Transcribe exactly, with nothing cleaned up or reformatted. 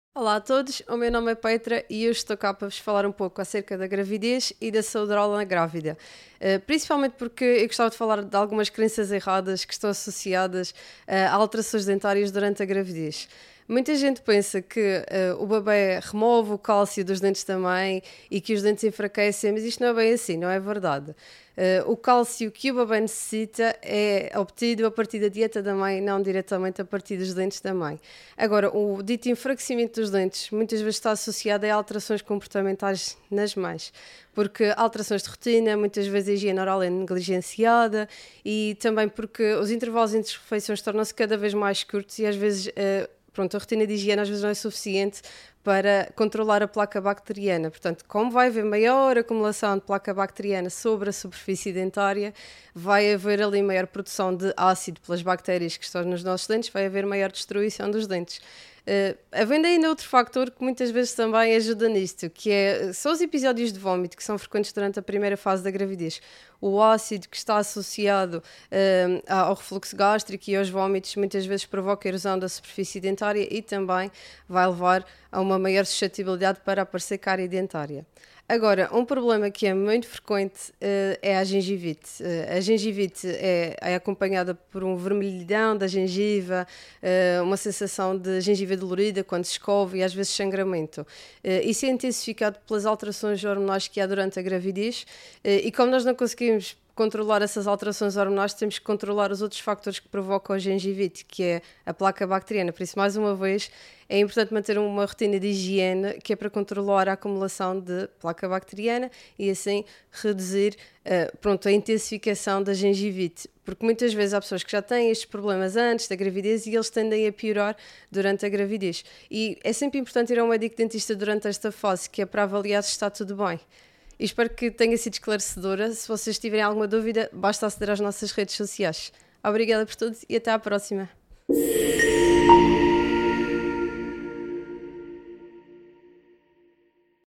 Olá a todos, o meu nome é Petra e eu estou cá para vos falar um pouco acerca da gravidez e da saúde oral na grávida. Uh, principalmente porque eu gostava de falar de algumas crenças erradas que estão associadas uh, a alterações dentárias durante a gravidez. Muita gente pensa que uh, o bebê remove o cálcio dos dentes também e que os dentes enfraquecem, mas isto não é bem assim, não é verdade. Uh, o cálcio que o bebê necessita é obtido a partir da dieta da mãe, não diretamente a partir dos dentes da mãe. Agora, o dito enfraquecimento dos dentes muitas vezes está associado a alterações comportamentais nas mães, porque alterações de rotina, muitas vezes a higiene oral é negligenciada e também porque os intervalos entre as refeições tornam-se cada vez mais curtos e às vezes uh, pronto, a rotina de higiene às vezes não é suficiente para controlar a placa bacteriana. Portanto, como vai haver maior acumulação de placa bacteriana sobre a superfície dentária, vai haver ali maior produção de ácido pelas bactérias que estão nos nossos dentes, vai haver maior destruição dos dentes. Uh, havendo ainda outro fator que muitas vezes também ajuda nisto, que é, são os episódios de vómito que são frequentes durante a primeira fase da gravidez. O ácido que está associado uh, ao refluxo gástrico e aos vómitos muitas vezes provoca erosão da superfície dentária e também vai levar a uma maior suscetibilidade para aparecer cárie dentária. Agora, um problema que é muito frequente uh, é a gengivite. Uh, a gengivite é, é acompanhada por um vermelhidão da gengiva, uh, uma sensação de gengiva dolorida quando se escova e às vezes sangramento. Uh, isso é intensificado pelas alterações hormonais que há durante a gravidez uh, e como nós não conseguimos controlar essas alterações hormonais, temos que controlar os outros fatores que provocam a gengivite, que é a placa bacteriana. Por isso, mais uma vez, é importante manter uma rotina de higiene que é para controlar a acumulação de placa bacteriana e assim reduzir uh, pronto, a intensificação da gengivite. Porque muitas vezes há pessoas que já têm estes problemas antes da gravidez e eles tendem a piorar durante a gravidez. E é sempre importante ir ao médico dentista durante esta fase, que é para avaliar se está tudo bem. E espero que tenha sido esclarecedora. Se vocês tiverem alguma dúvida, basta aceder às nossas redes sociais. Obrigada por tudo e até à próxima.